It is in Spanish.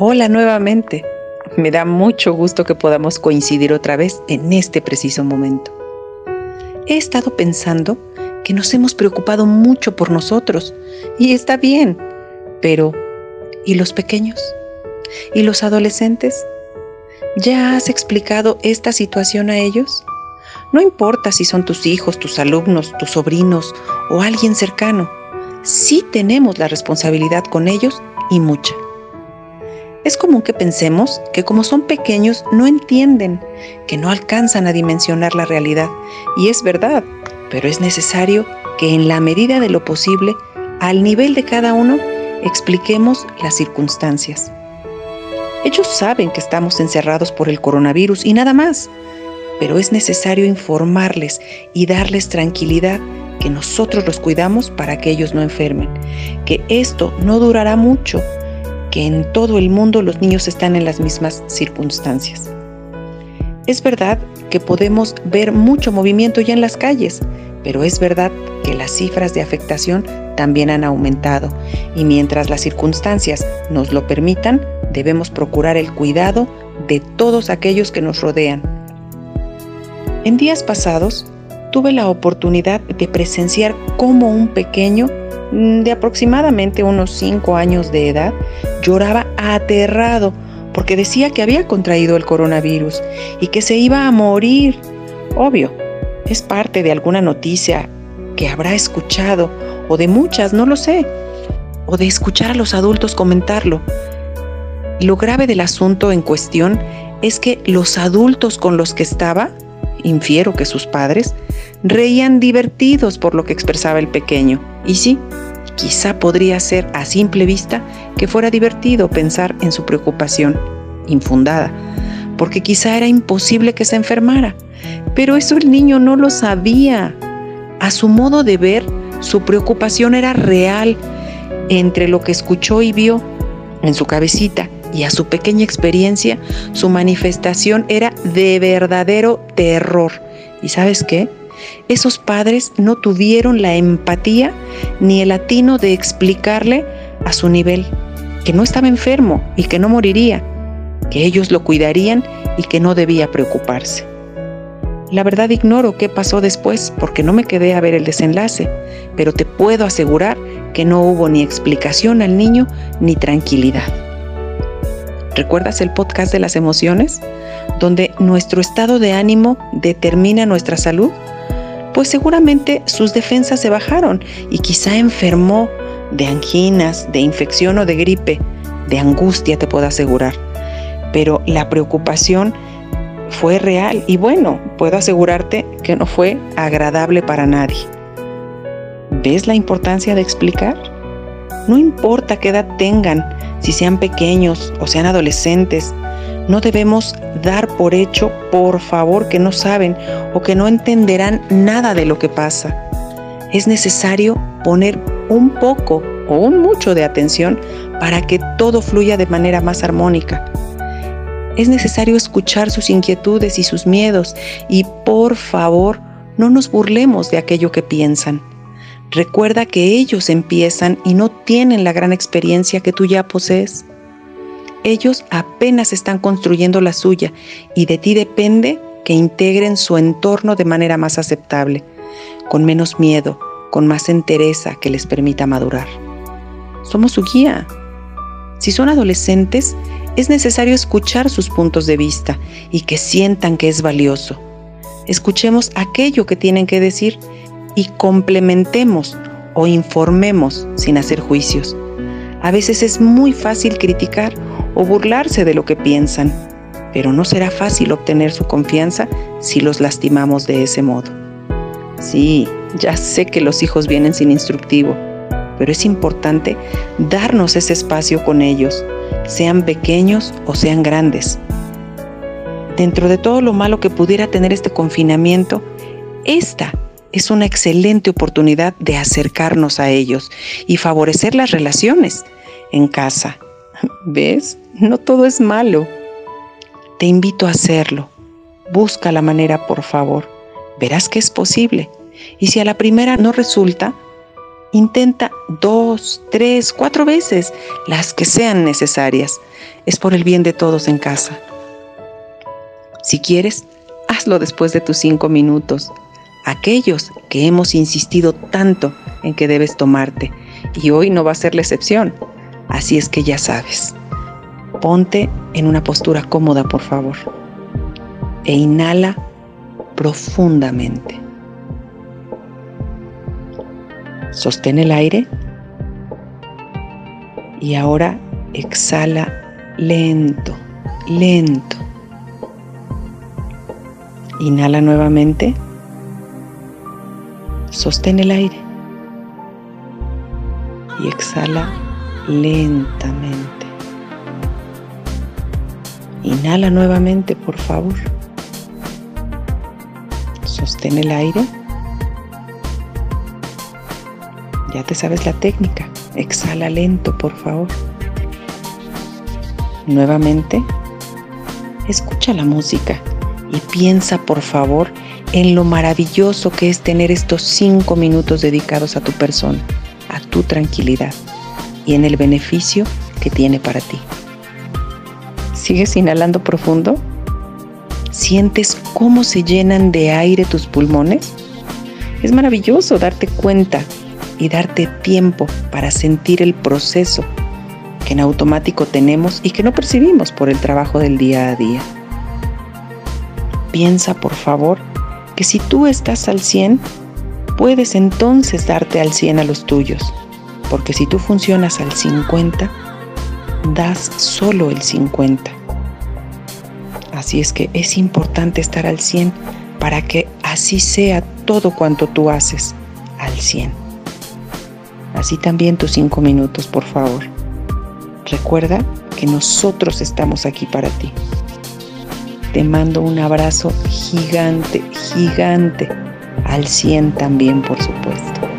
Hola nuevamente. Me da mucho gusto que podamos coincidir otra vez en este preciso momento. He estado pensando que nos hemos preocupado mucho por nosotros, y está bien, pero ¿y los pequeños? ¿Y los adolescentes? ¿Ya has explicado esta situación a ellos? No importa si son tus hijos, tus alumnos, tus sobrinos o alguien cercano, sí tenemos la responsabilidad con ellos y mucha. Es común que pensemos que como son pequeños no entienden, que no alcanzan a dimensionar la realidad. Y es verdad, pero es necesario que en la medida de lo posible, al nivel de cada uno, expliquemos las circunstancias. Ellos saben que estamos encerrados por el coronavirus y nada más, pero es necesario informarles y darles tranquilidad que nosotros los cuidamos para que ellos no enfermen, que esto no durará mucho, que en todo el mundo los niños están en las mismas circunstancias. Es verdad que podemos ver mucho movimiento ya en las calles, pero es verdad que las cifras de afectación también han aumentado y mientras las circunstancias nos lo permitan, debemos procurar el cuidado de todos aquellos que nos rodean. En días pasados, tuve la oportunidad de presenciar cómo un pequeño de aproximadamente unos 5 años de edad lloraba aterrado porque decía que había contraído el coronavirus y que se iba a morir. Obvio, es parte de alguna noticia que habrá escuchado o de muchas, no lo sé, o de escuchar a los adultos comentarlo. Lo grave del asunto en cuestión es que los adultos con los que estaba, infiero que sus padres, reían divertidos por lo que expresaba el pequeño. Y sí, quizá podría ser a simple vista que fuera divertido pensar en su preocupación infundada, porque quizá era imposible que se enfermara. Pero eso el niño no lo sabía. A su modo de ver, su preocupación era real. Entre lo que escuchó y vio en su cabecita y a su pequeña experiencia, su manifestación era de verdadero terror. ¿Y sabes qué? Esos padres no tuvieron la empatía ni el atino de explicarle a su nivel que no estaba enfermo y que no moriría, que ellos lo cuidarían y que no debía preocuparse. La verdad ignoro qué pasó después porque no me quedé a ver el desenlace, pero te puedo asegurar que no hubo ni explicación al niño ni tranquilidad. ¿Recuerdas el podcast de las emociones? Donde nuestro estado de ánimo determina nuestra salud. Pues seguramente sus defensas se bajaron y quizá enfermó de anginas, de infección o de gripe, de angustia te puedo asegurar. Pero la preocupación fue real y bueno, puedo asegurarte que no fue agradable para nadie. ¿Ves la importancia de explicar? No importa qué edad tengan, si sean pequeños o sean adolescentes, no debemos dar por hecho, por favor, que no saben o que no entenderán nada de lo que pasa. Es necesario poner un poco o un mucho de atención para que todo fluya de manera más armónica. Es necesario escuchar sus inquietudes y sus miedos y, por favor, no nos burlemos de aquello que piensan. Recuerda que ellos empiezan y no tienen la gran experiencia que tú ya posees. Ellos apenas están construyendo la suya y de ti depende que integren su entorno de manera más aceptable, con menos miedo, con más entereza que les permita madurar. Somos su guía. Si son adolescentes, es necesario escuchar sus puntos de vista y que sientan que es valioso. Escuchemos aquello que tienen que decir y complementemos o informemos sin hacer juicios. A veces es muy fácil criticar o burlarse de lo que piensan, pero no será fácil obtener su confianza si los lastimamos de ese modo. Sí, ya sé que los hijos vienen sin instructivo, pero es importante darnos ese espacio con ellos, sean pequeños o sean grandes. Dentro de todo lo malo que pudiera tener este confinamiento, esta es una excelente oportunidad de acercarnos a ellos y favorecer las relaciones en casa. ¿Ves? No todo es malo. Te invito a hacerlo. Busca la manera, por favor. Verás que es posible. Y si a la primera no resulta, Intenta 2, 3, 4 veces, las que sean necesarias. Es por el bien de todos en casa. Si quieres, hazlo después de tus 5 minutos, aquellos que hemos insistido tanto en que debes tomarte, y hoy no va a ser la excepción. Así es que ya sabes, ponte en una postura cómoda, por favor, e inhala profundamente. Sostén el aire y ahora exhala lento, lento. Inhala nuevamente. Sostén el aire y exhala lentamente. Inhala nuevamente, por favor. Sostén el aire. Ya te sabes la técnica. Exhala lento, por favor. Nuevamente, escucha la música y piensa, por favor, en lo maravilloso que es tener estos 5 minutos dedicados a tu persona, a tu tranquilidad y en el beneficio que tiene para ti. ¿Sigues inhalando profundo? ¿Sientes cómo se llenan de aire tus pulmones? Es maravilloso darte cuenta y darte tiempo para sentir el proceso que en automático tenemos y que no percibimos por el trabajo del día a día. Piensa, por favor, que si tú estás al 100, puedes entonces darte al 100 a los tuyos, porque si tú funcionas al 50, das solo el 50. Así es que es importante estar al 100 para que así sea todo cuanto tú haces al 100. Así también tus 5 minutos, por favor. Recuerda que nosotros estamos aquí para ti. Te mando un abrazo gigante, gigante, al 100 también, por supuesto.